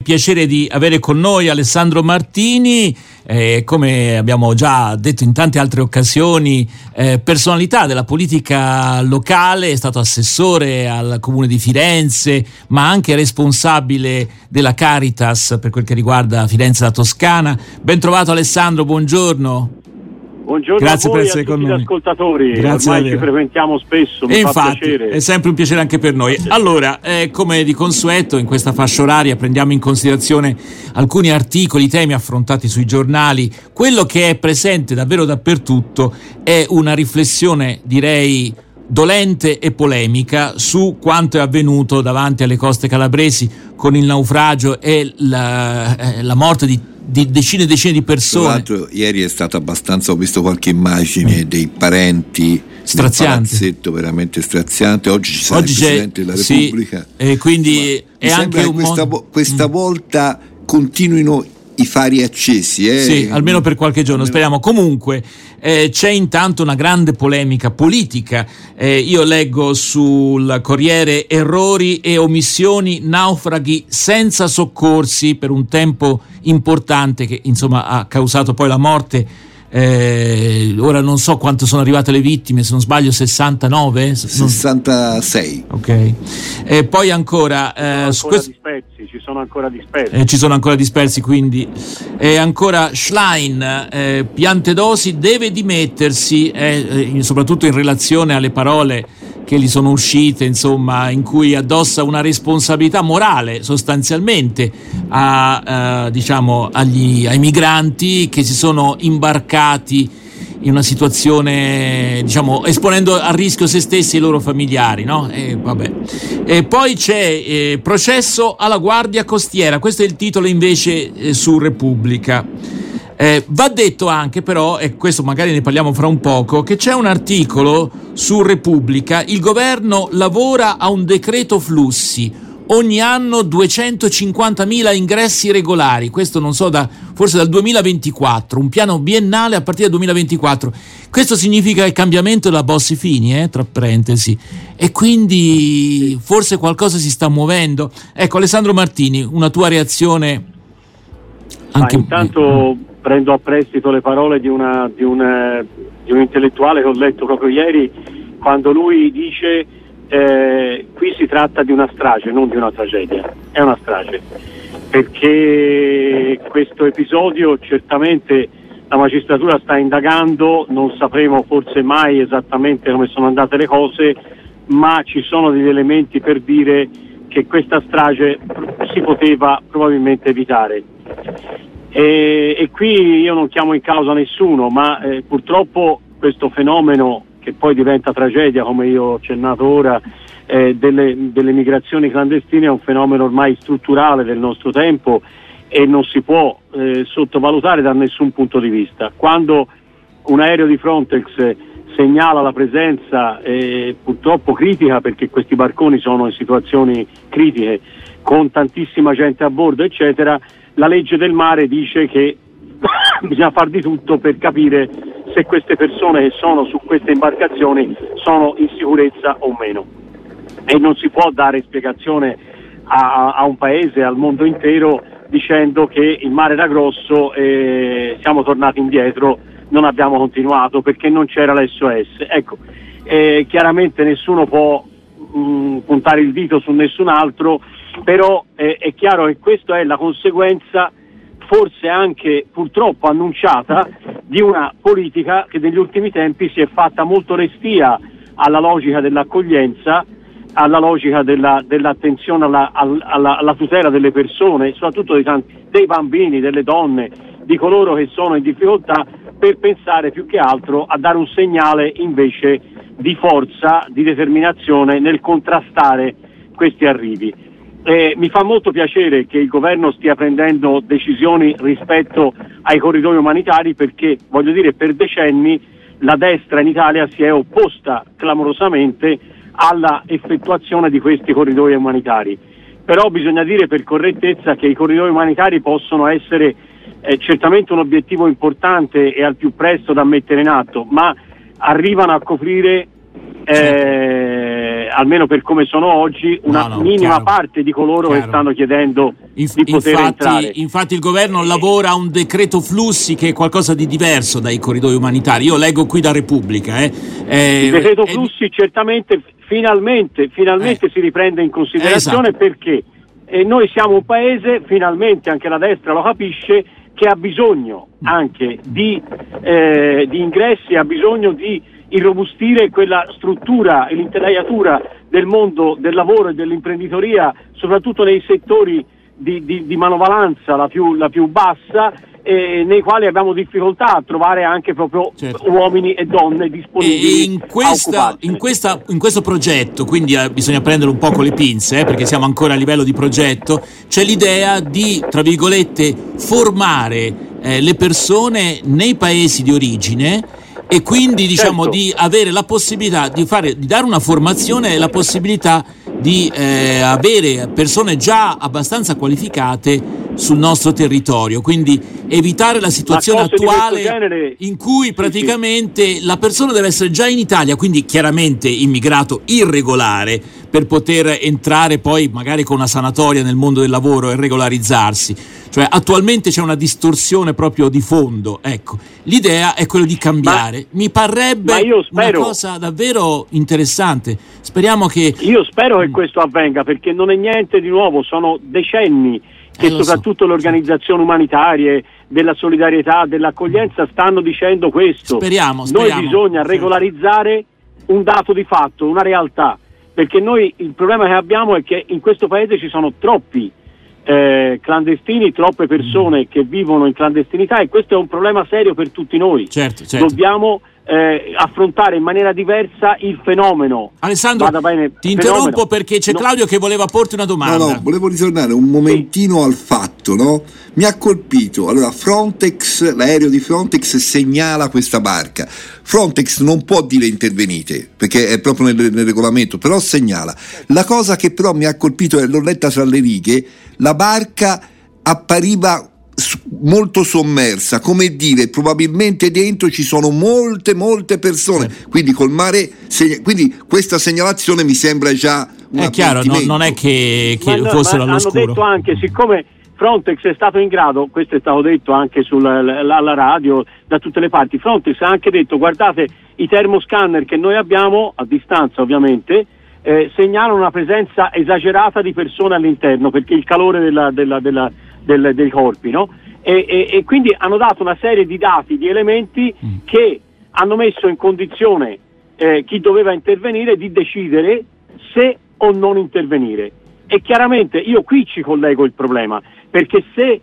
piacere di avere con noi Alessandro Martini, come abbiamo già detto in tante altre occasioni, personalità della politica locale, è stato assessore al Comune di Firenze, ma anche responsabile della Caritas per quel che riguarda Firenze e la Toscana. Ben trovato Alessandro, buongiorno. Buongiorno, grazie a voi per essere a tutti con gli noi. ascoltatori. Grazie ormai ci frequentiamo spesso, mi fa piacere. È sempre un piacere anche per noi. Allora, come di consueto in questa fascia oraria prendiamo in considerazione alcuni articoli, temi affrontati sui giornali. Quello che è presente davvero dappertutto è una riflessione, direi, dolente e polemica su quanto è avvenuto davanti alle coste calabresi con il naufragio e la morte di decine e decine di persone. Tra l'altro ieri è stato abbastanza, ho visto qualche immagine dei parenti straziante, nel palazzetto veramente straziante. Oggi ci sarà il Presidente della Repubblica, e quindi è anche questa volta continuino i fari accesi, Sì, almeno per qualche giorno, speriamo. Comunque c'è intanto una grande polemica politica. Io leggo sul Corriere: errori e omissioni, naufraghi senza soccorsi per un tempo importante che insomma ha causato poi la morte. Ora non so quanto sono arrivate le vittime, se non sbaglio 69? 66. Ok. E poi ancora ci sono ancora dispersi. Ci sono ancora dispersi, quindi ancora Schlein, Piantedosi deve dimettersi, soprattutto in relazione alle parole che gli sono uscite, insomma, in cui addossa una responsabilità morale sostanzialmente ai migranti che si sono imbarcati in una situazione, diciamo, esponendo a rischio se stessi e i loro familiari, no? E poi c'è processo alla Guardia Costiera, questo è il titolo invece su Repubblica. Va detto anche però, e questo magari ne parliamo fra un poco, che c'è un articolo su Repubblica: il governo lavora a un decreto flussi, ogni anno 250.000 ingressi regolari, questo non so, forse dal 2024, un piano biennale a partire dal 2024. Questo significa il cambiamento della Bossi-Fini, tra parentesi, e quindi forse qualcosa si sta muovendo. Ecco, Alessandro Martini, una tua reazione? Anche intanto prendo a prestito le parole di un intellettuale che ho letto proprio ieri, quando lui dice qui si tratta di una strage, non di una tragedia. È una strage, perché questo episodio certamente la magistratura sta indagando, non sapremo forse mai esattamente come sono andate le cose, ma ci sono degli elementi per dire che questa strage si poteva probabilmente evitare. E qui io non chiamo in causa nessuno, ma purtroppo questo fenomeno, che poi diventa tragedia, come io ho accennato ora, delle migrazioni clandestine, è un fenomeno ormai strutturale del nostro tempo e non si può sottovalutare da nessun punto di vista. Quando un aereo di Frontex segnala la presenza purtroppo critica, perché questi barconi sono in situazioni critiche, con tantissima gente a bordo eccetera, la legge del mare dice che bisogna far di tutto per capire se queste persone che sono su queste imbarcazioni sono in sicurezza o meno, e non si può dare spiegazione a un paese, al mondo intero, dicendo che il mare era grosso e siamo tornati indietro, non abbiamo continuato perché non c'era l'SOS. Ecco, chiaramente nessuno può puntare il dito su nessun altro, però è chiaro che questa è la conseguenza, forse anche purtroppo annunciata, di una politica che negli ultimi tempi si è fatta molto restia alla logica dell'accoglienza, alla logica dell'attenzione alla tutela delle persone, soprattutto dei bambini, delle donne, di coloro che sono in difficoltà, per pensare più che altro a dare un segnale invece di forza, di determinazione nel contrastare questi arrivi. Mi fa molto piacere che il governo stia prendendo decisioni rispetto ai corridoi umanitari, perché, voglio dire, per decenni la destra in Italia si è opposta clamorosamente alla effettuazione di questi corridoi umanitari. Però bisogna dire per correttezza che i corridoi umanitari possono essere certamente un obiettivo importante e al più presto da mettere in atto, ma arrivano a coprire almeno per come sono oggi, una minima parte di coloro che stanno chiedendo di poter entrare. Infatti il governo lavora a un decreto flussi che è qualcosa di diverso dai corridoi umanitari. Io leggo qui da Repubblica. Il decreto flussi certamente finalmente si riprende in considerazione, perché noi siamo un paese, finalmente anche la destra lo capisce, che ha bisogno anche di ingressi, ha bisogno di irrobustire quella struttura e l'intelaiatura del mondo del lavoro e dell'imprenditoria, soprattutto nei settori di manovalanza la più bassa, nei quali abbiamo difficoltà a trovare anche proprio uomini e donne disponibili in questo progetto, quindi bisogna prendere un po' con le pinze, perché siamo ancora a livello di progetto. C'è l'idea di, tra virgolette, formare le persone nei paesi di origine, e quindi di avere la possibilità di dare una formazione e la possibilità di avere persone già abbastanza qualificate sul nostro territorio, quindi evitare la situazione attuale in cui praticamente la persona deve essere già in Italia, quindi chiaramente immigrato irregolare, per poter entrare poi magari con una sanatoria nel mondo del lavoro e regolarizzarsi. Cioè attualmente c'è una distorsione proprio di fondo. Ecco, l'idea è quella di cambiare. Mi parrebbe una cosa davvero interessante. Speriamo che... Io spero che questo avvenga, perché non è niente di nuovo, sono decenni che soprattutto le organizzazioni umanitarie, della solidarietà, dell'accoglienza stanno dicendo questo. Speriamo. Noi bisogna regolarizzare un dato di fatto, una realtà, perché noi il problema che abbiamo è che in questo paese ci sono troppi clandestini, troppe persone che vivono in clandestinità, e questo è un problema serio per tutti noi. Certo. Dobbiamo affrontare in maniera diversa il fenomeno. Alessandro, ti interrompo perché c'è Claudio che voleva porti una domanda. No, volevo ritornare un momentino al fatto, no? Mi ha colpito. Allora, Frontex, l'aereo di Frontex segnala questa barca. Frontex non può dire intervenite, perché è proprio nel regolamento, però segnala. La cosa che però mi ha colpito, e l'ho letta tra le righe, la barca appariva molto sommersa, come dire, probabilmente dentro ci sono molte persone, quindi col mare quindi questa segnalazione mi sembra già un è chiaro, non è che fossero all'oscuro. Hanno detto anche, siccome Frontex è stato in grado, questo è stato detto anche alla radio da tutte le parti, Frontex ha anche detto: guardate, i termoscanner che noi abbiamo a distanza ovviamente segnalano una presenza esagerata di persone all'interno, perché il calore dei corpi, no? E quindi hanno dato una serie di dati, di elementi che hanno messo in condizione chi doveva intervenire di decidere se o non intervenire. E chiaramente io qui ci collego il problema, perché se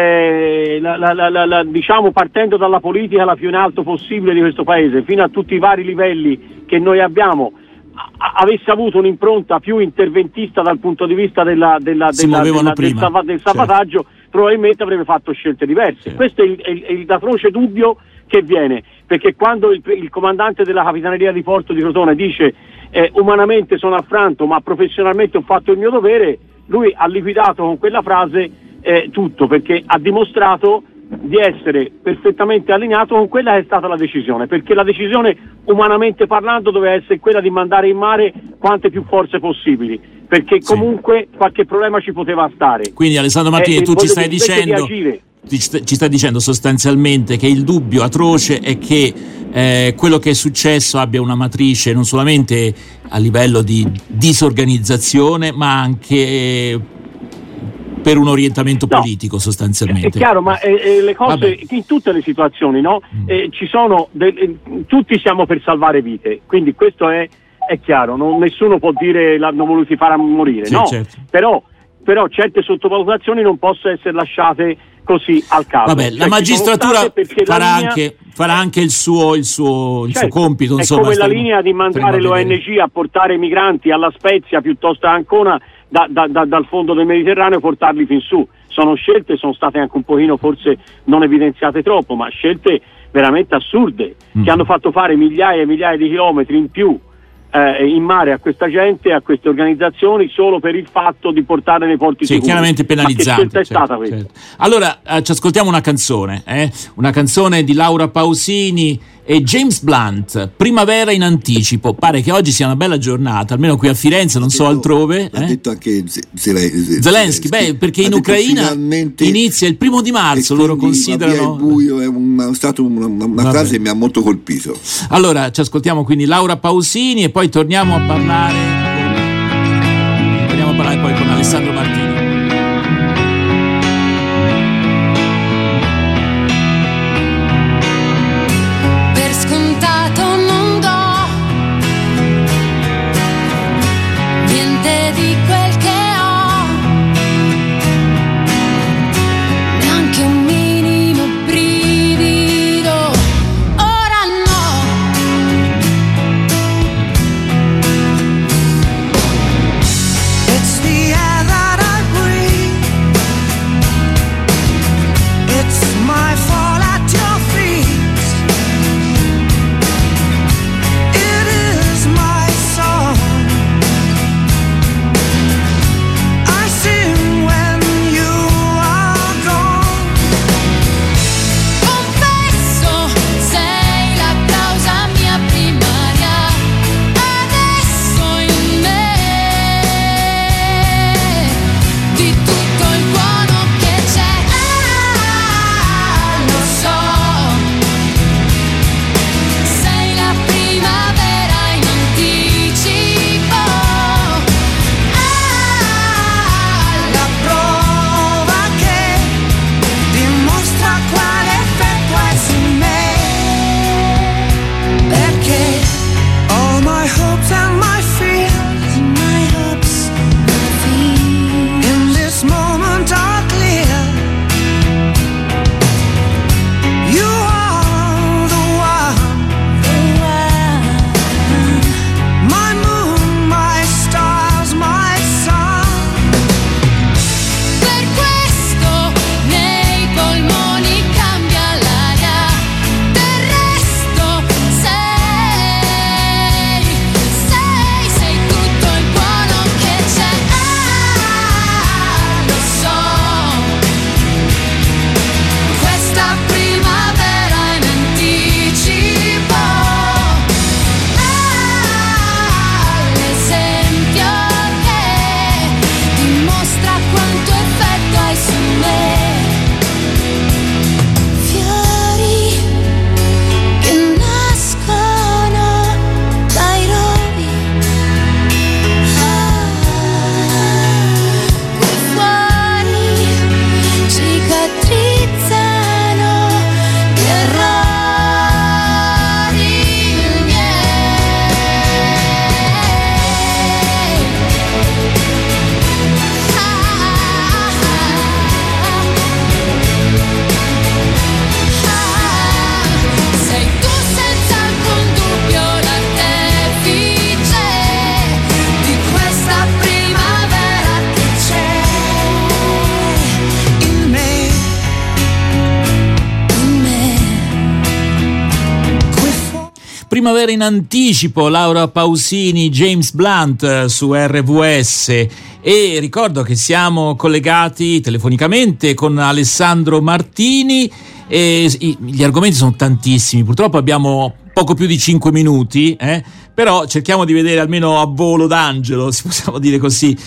diciamo, partendo dalla politica la più in alto possibile di questo paese, fino a tutti i vari livelli che noi abbiamo, avesse avuto un'impronta più interventista dal punto di vista del salvataggio, probabilmente avrebbe fatto scelte diverse. Questo è il atroce dubbio che viene, perché quando il comandante della Capitaneria di Porto di Crotone dice umanamente sono affranto ma professionalmente ho fatto il mio dovere, lui ha liquidato con quella frase tutto, perché ha dimostrato di essere perfettamente allineato con quella che è stata la decisione, perché la decisione, umanamente parlando, doveva essere quella di mandare in mare quante più forze possibili, perché comunque qualche problema ci poteva stare. Quindi Alessandro Martini, tu ci stai dicendo sostanzialmente che il dubbio atroce è che quello che è successo abbia una matrice non solamente a livello di disorganizzazione, ma anche per un orientamento politico, sostanzialmente. È chiaro, ma le cose in tutte le situazioni, no? Ci sono tutti siamo per salvare vite, quindi questo è chiaro, nessuno può dire l'hanno voluti far morire, no? Certo. Però certe sottovalutazioni non possono essere lasciate così al caso. La magistratura farà anche il suo compito. È come la linea di mandare l'ONG a portare i migranti alla Spezia piuttosto a Ancona dal fondo del Mediterraneo, portarli fin su. Sono scelte, sono state anche un pochino forse non evidenziate troppo, ma scelte veramente assurde, che hanno fatto fare migliaia e migliaia di chilometri in più in mare a questa gente, a queste organizzazioni, solo per il fatto di portare nei porti sicuri. Chiaramente penalizzante. Ma che scelta è stata questa? Certo. Allora ci ascoltiamo una canzone di Laura Pausini e James Blunt, Primavera in anticipo. Pare che oggi sia una bella giornata, almeno qui a Firenze, non so altrove. Ha detto anche Zelensky, perché in Ucraina inizia il 1 di marzo, loro considerano. Il buio è stata una frase che mi ha molto colpito. Allora ci ascoltiamo quindi Laura Pausini e poi torniamo a parlare poi con Alessandro Martini. Primavera in anticipo, Laura Pausini, James Blunt su RVS. E ricordo che siamo collegati telefonicamente con Alessandro Martini e gli argomenti sono tantissimi, purtroppo abbiamo poco più di 5 minuti, però cerchiamo di vedere almeno a volo d'angelo, se possiamo dire così.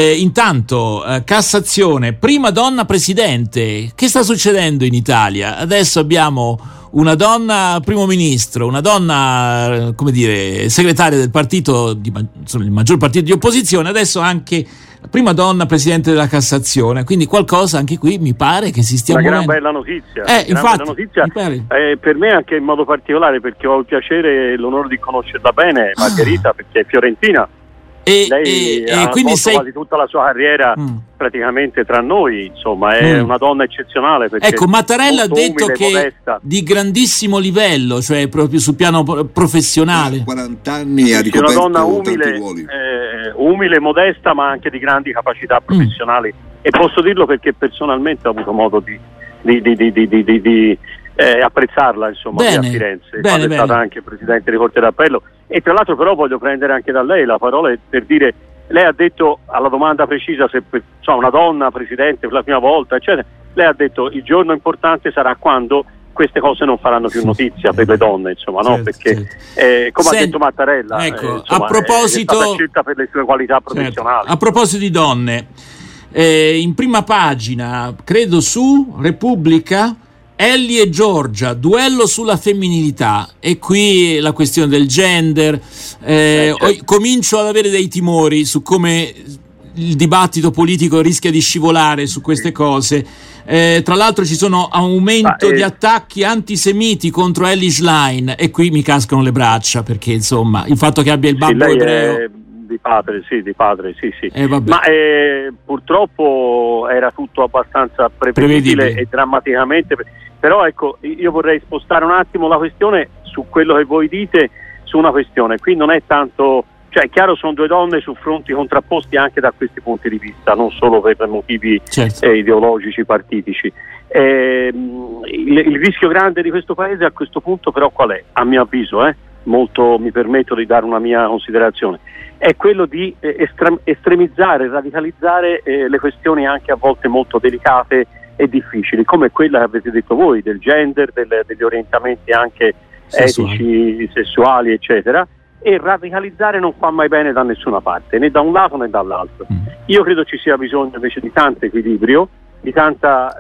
Intanto, Cassazione, prima donna presidente. Che sta succedendo in Italia? Adesso abbiamo una donna primo ministro, una donna, come dire, segretaria del partito, il maggior partito di opposizione, adesso anche prima donna presidente della Cassazione, quindi qualcosa anche qui mi pare che si stia muovendo. Una gran bella notizia, infatti, bella notizia per me anche in modo particolare, perché ho il piacere e l'onore di conoscerla bene, Margherita, perché è fiorentina. Lei ha quindi quasi tutta la sua carriera praticamente tra noi, insomma, è una donna eccezionale. Ecco, Mattarella ha detto che modesta, di grandissimo livello, cioè proprio sul piano professionale. 40 anni ha ricoperto una donna umile, modesta, ma anche di grandi capacità professionali. E posso dirlo perché personalmente ho avuto modo di apprezzarla, insomma, a Firenze. È stata anche presidente di Corte d'Appello E tra l'altro però voglio prendere anche da lei la parola per dire, lei ha detto alla domanda precisa se una donna presidente per la prima volta, eccetera, lei ha detto il giorno importante sarà quando queste cose non faranno più notizia per le donne, insomma, certo, no? Perché come ha detto Mattarella, ecco, insomma, a proposito, è stata scelta per le sue qualità professionali. A proposito di donne, in prima pagina, credo su Repubblica, Ellie e Giorgia, duello sulla femminilità, e qui la questione del gender, certo. Comincio ad avere dei timori su come il dibattito politico rischia di scivolare su queste cose. Tra l'altro ci sono aumento di attacchi antisemiti contro Ellie Schlein, e qui mi cascano le braccia, perché insomma il fatto che abbia il babbo ebreo di padre, sì. Ma purtroppo era tutto abbastanza prevedibile e drammaticamente. Però ecco, io vorrei spostare un attimo la questione su quello che voi dite, su una questione. Qui non è tanto, cioè è chiaro, sono due donne su fronti contrapposti anche da questi punti di vista, non solo per motivi ideologici, partitici. Il rischio grande di questo paese a questo punto però qual è? A mio avviso, molto, mi permetto di dare una mia considerazione, è quello di estremizzare, radicalizzare le questioni anche a volte molto delicate e difficili, come quella che avete detto voi, del gender, degli orientamenti anche etici, sessuali, eccetera, e radicalizzare non fa mai bene da nessuna parte, né da un lato né dall'altro. Io credo ci sia bisogno invece di tanto equilibrio, di tanta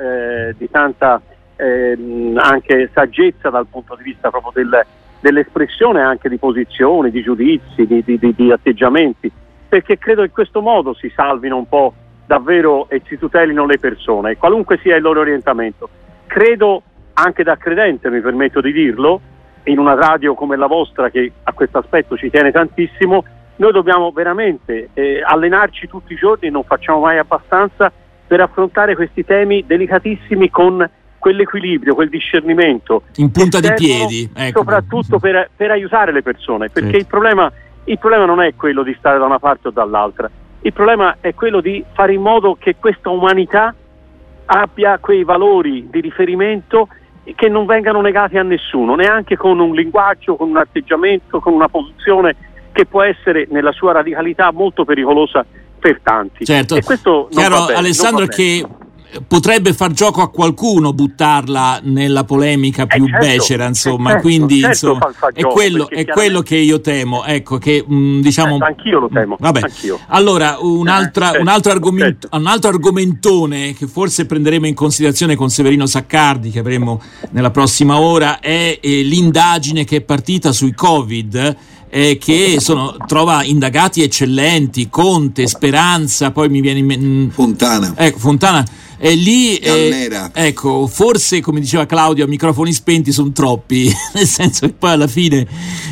anche saggezza dal punto di vista proprio dell'espressione anche di posizioni, di giudizi, di atteggiamenti, perché credo che in questo modo si salvino un po' davvero e si tutelino le persone, qualunque sia il loro orientamento. Credo, anche da credente mi permetto di dirlo, in una radio come la vostra che a questo aspetto ci tiene tantissimo, noi dobbiamo veramente allenarci tutti i giorni, non facciamo mai abbastanza, per affrontare questi temi delicatissimi con quell'equilibrio, quel discernimento in punta di piedi, soprattutto per aiutare le persone, perché il problema non è quello di stare da una parte o dall'altra, il problema è quello di fare in modo che questa umanità abbia quei valori di riferimento che non vengano negati a nessuno, neanche con un linguaggio, con un atteggiamento, con una posizione che può essere nella sua radicalità molto pericolosa per tanti. Certo, e questo chiaro, non va bene, Alessandro, che potrebbe far gioco a qualcuno buttarla nella polemica più becera, insomma, quindi insomma, è quello che io temo, ecco, che diciamo anch'io lo temo. Vabbè. Anch'io. Allora, un altro argomentone che forse prenderemo in considerazione con Severino Saccardi, che avremo nella prossima ora, è l'indagine che è partita sui Covid, che trova indagati eccellenti, Conte, Speranza, poi mi viene Fontana. E lì ecco, forse, come diceva Claudio, a microfoni spenti sono troppi, nel senso che poi alla fine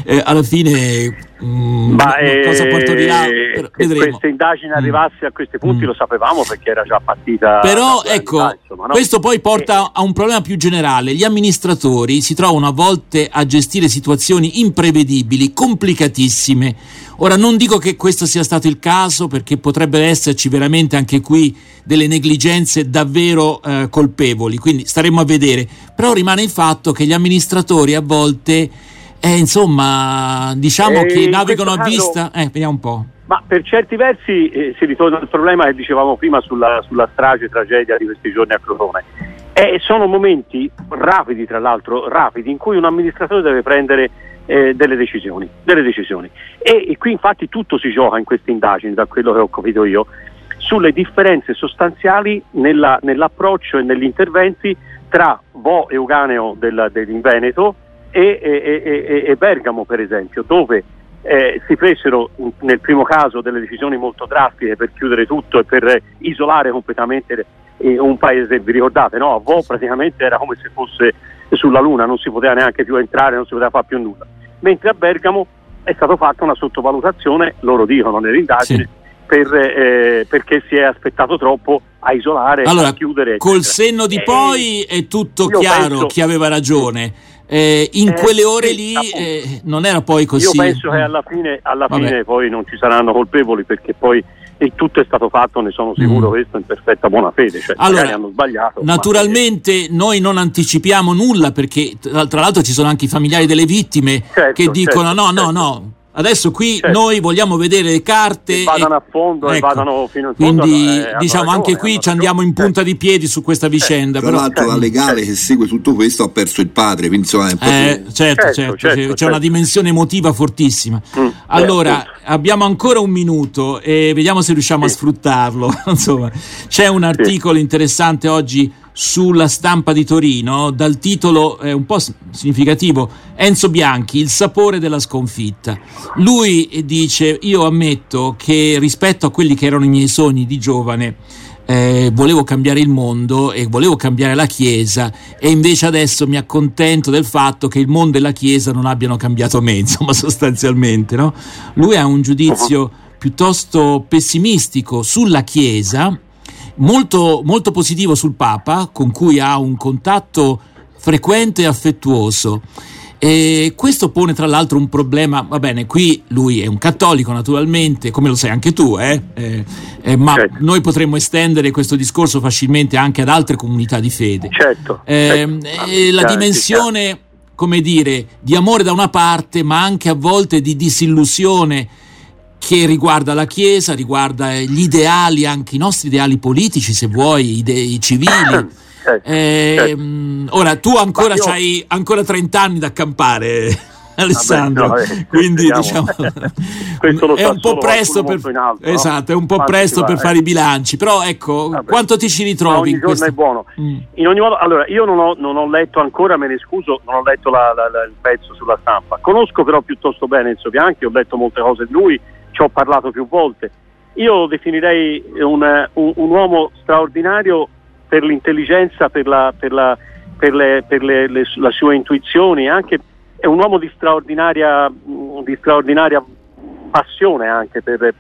cosa partorirà, vedremo. Questa indagine arrivasse a questi punti lo sapevamo, perché era già partita. Però ecco, insomma, no? Questo poi porta a un problema più generale. Gli amministratori si trovano a volte a gestire situazioni imprevedibili, complicatissime. Ora, non dico che questo sia stato il caso, perché potrebbero esserci veramente anche qui delle negligenze davvero colpevoli, quindi staremo a vedere. Però rimane il fatto che gli amministratori a volte insomma, diciamo che navigano a vista. Vediamo un po'. Ma per certi versi si ritorna al problema che dicevamo prima sulla strage, tragedia di questi giorni a Crotone. Sono momenti rapidi, tra l'altro, in cui un amministratore deve prendere delle decisioni. E qui infatti tutto si gioca in queste indagini, da quello che ho capito io, sulle differenze sostanziali nell'approccio e negli interventi tra Vo e Euganeo in Veneto e Bergamo, per esempio, dove si presero nel primo caso delle decisioni molto drastiche per chiudere tutto e per isolare completamente un paese. Vi ricordate, no? A Vo praticamente era come se fosse sulla Luna, non si poteva neanche più entrare, non si poteva fare più nulla, mentre a Bergamo è stata fatta una sottovalutazione, loro dicono nell'indagine, perché si è aspettato troppo a isolare, a chiudere, eccetera. Col senno di poi è tutto chiaro chi aveva ragione. In quelle ore lì non era poi così. Io penso che alla fine poi non ci saranno colpevoli, perché poi tutto è stato fatto, ne sono sicuro, questo in perfetta buona fede, cioè magari hanno sbagliato. Naturalmente noi non anticipiamo nulla, perché tra l'altro ci sono anche i familiari delle vittime che dicono no, Adesso qui noi vogliamo vedere le carte e vadano a fondo, e vadano fino in fondo. Quindi diciamo anche qui ci andiamo in punta di piedi su questa vicenda. Tra l'altro la legale che segue tutto questo ha perso il padre, quindi insomma certo, c'è una dimensione emotiva fortissima. Allora abbiamo ancora un minuto e vediamo se riusciamo a sfruttarlo. Insomma, c'è un articolo interessante oggi sulla Stampa di Torino, dal titolo un po' significativo: Enzo Bianchi, il sapore della sconfitta. Lui dice: io ammetto che rispetto a quelli che erano i miei sogni di giovane volevo cambiare il mondo e volevo cambiare la Chiesa, e invece adesso mi accontento del fatto che il mondo e la Chiesa non abbiano cambiato me, insomma, sostanzialmente, no? Lui ha un giudizio piuttosto pessimistico sulla Chiesa, molto, molto positivo sul Papa, con cui ha un contatto frequente e affettuoso. E questo pone tra l'altro un problema. Va bene, qui lui è un cattolico naturalmente, come lo sei anche tu, ma noi potremmo estendere questo discorso facilmente anche ad altre comunità di fede. La dimensione, come dire, di amore da una parte, ma anche a volte di disillusione che riguarda la Chiesa, riguarda gli ideali, anche i nostri ideali politici, se vuoi, i civili. Ora tu ancora c'hai ancora 30 anni da campare, Alessandro, quindi diciamo è un po' presto per è un po' presto per fare i bilanci, però ecco, quanto ti ci ritrovi? Ogni giorno è buono. In ogni modo, allora io non ho letto ancora, me ne scuso, non ho letto il pezzo sulla Stampa. Conosco però piuttosto bene Enzo Bianchi, ho letto molte cose di lui, ci ho parlato più volte. Io lo definirei un uomo straordinario per l'intelligenza, per le sue intuizioni, anche è un uomo di straordinaria passione anche per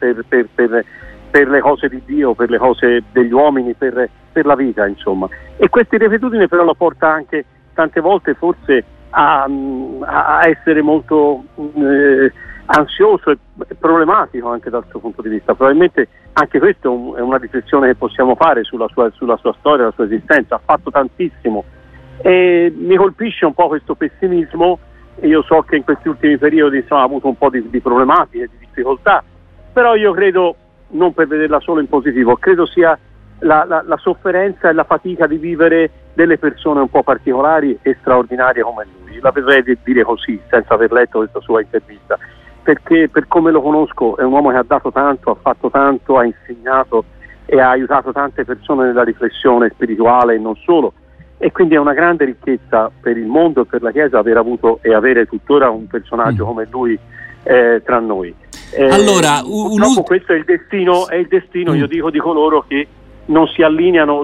le cose di Dio, per le cose degli uomini, per la vita, insomma. E questa irrequietudine però lo porta anche tante volte forse a essere molto ansioso e problematico anche dal suo punto di vista. Probabilmente anche questo è una riflessione che possiamo fare sulla sua storia, la sua esistenza. Ha fatto tantissimo e mi colpisce un po' questo pessimismo. Io so che in questi ultimi periodi ha avuto un po' di problematiche, di difficoltà, però io credo, non per vederla solo in positivo, credo sia la sofferenza e la fatica di vivere delle persone un po' particolari e straordinarie come lui. La potrei dire così senza aver letto questa sua intervista, perché per come lo conosco è un uomo che ha dato tanto, ha fatto tanto, ha insegnato e ha aiutato tante persone nella riflessione spirituale e non solo, e quindi è una grande ricchezza per il mondo e per la Chiesa aver avuto e avere tuttora un personaggio come lui tra noi. Allora, purtroppo questo è il destino, io dico, di coloro che non si allineano,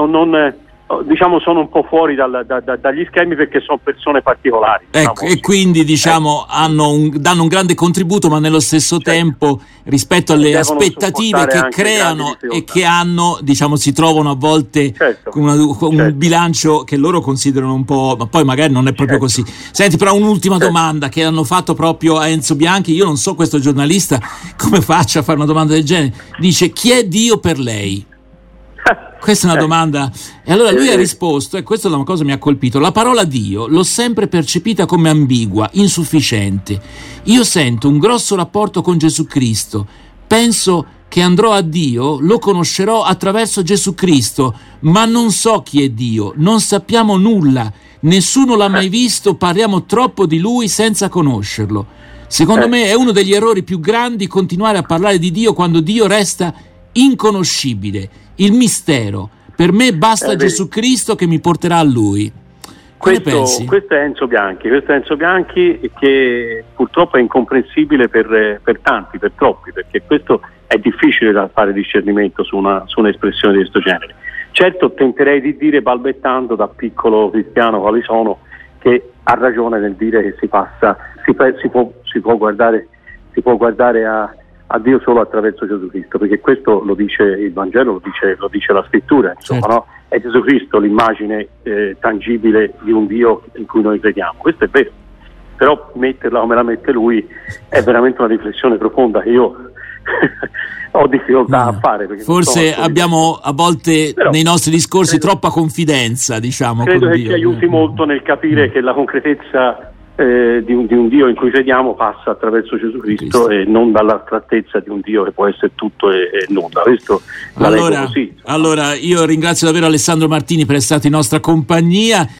diciamo sono un po' fuori dagli schemi, perché sono persone particolari. Ecco, e quindi diciamo danno un grande contributo, ma nello stesso tempo rispetto alle aspettative che creano e che hanno, diciamo, si trovano a volte con un bilancio che loro considerano un po', ma poi magari non è proprio così. Senti, però un'ultima domanda che hanno fatto proprio a Enzo Bianchi. Io non so questo giornalista come faccia a fare una domanda del genere. Dice: chi è Dio per lei? Questa è una domanda, e allora lui ha risposto, e questa è una cosa che mi ha colpito: la parola Dio l'ho sempre percepita come ambigua, insufficiente. Io sento un grosso rapporto con Gesù Cristo, penso che andrò a Dio, lo conoscerò attraverso Gesù Cristo, ma non so chi è Dio, non sappiamo nulla, nessuno l'ha mai visto, parliamo troppo di Lui senza conoscerlo. Secondo me è uno degli errori più grandi continuare a parlare di Dio quando Dio resta inconoscibile. Il mistero, per me basta Gesù Cristo che mi porterà a Lui. Questo è Enzo Bianchi, che purtroppo è incomprensibile per tanti, per troppi, perché questo è difficile da fare discernimento su un'espressione di questo genere. Certo, tenterei di dire, balbettando da piccolo cristiano quali sono, che ha ragione nel dire che si può guardare a Dio solo attraverso Gesù Cristo, perché questo lo dice il Vangelo, lo dice la Scrittura, insomma, no? È Gesù Cristo l'immagine tangibile di un Dio in cui noi crediamo. Questo è vero, però metterla come la mette lui è veramente una riflessione profonda che io ho difficoltà a fare, perché forse abbiamo a volte nei nostri discorsi troppa confidenza, diciamo. Credo che ci aiuti molto nel capire che la concretezza di un Dio in cui crediamo passa attraverso Gesù Cristo e non dall'astrattezza di un Dio che può essere tutto e nulla. Questo la leggo così. Allora io ringrazio davvero Alessandro Martini per essere stato in nostra compagnia.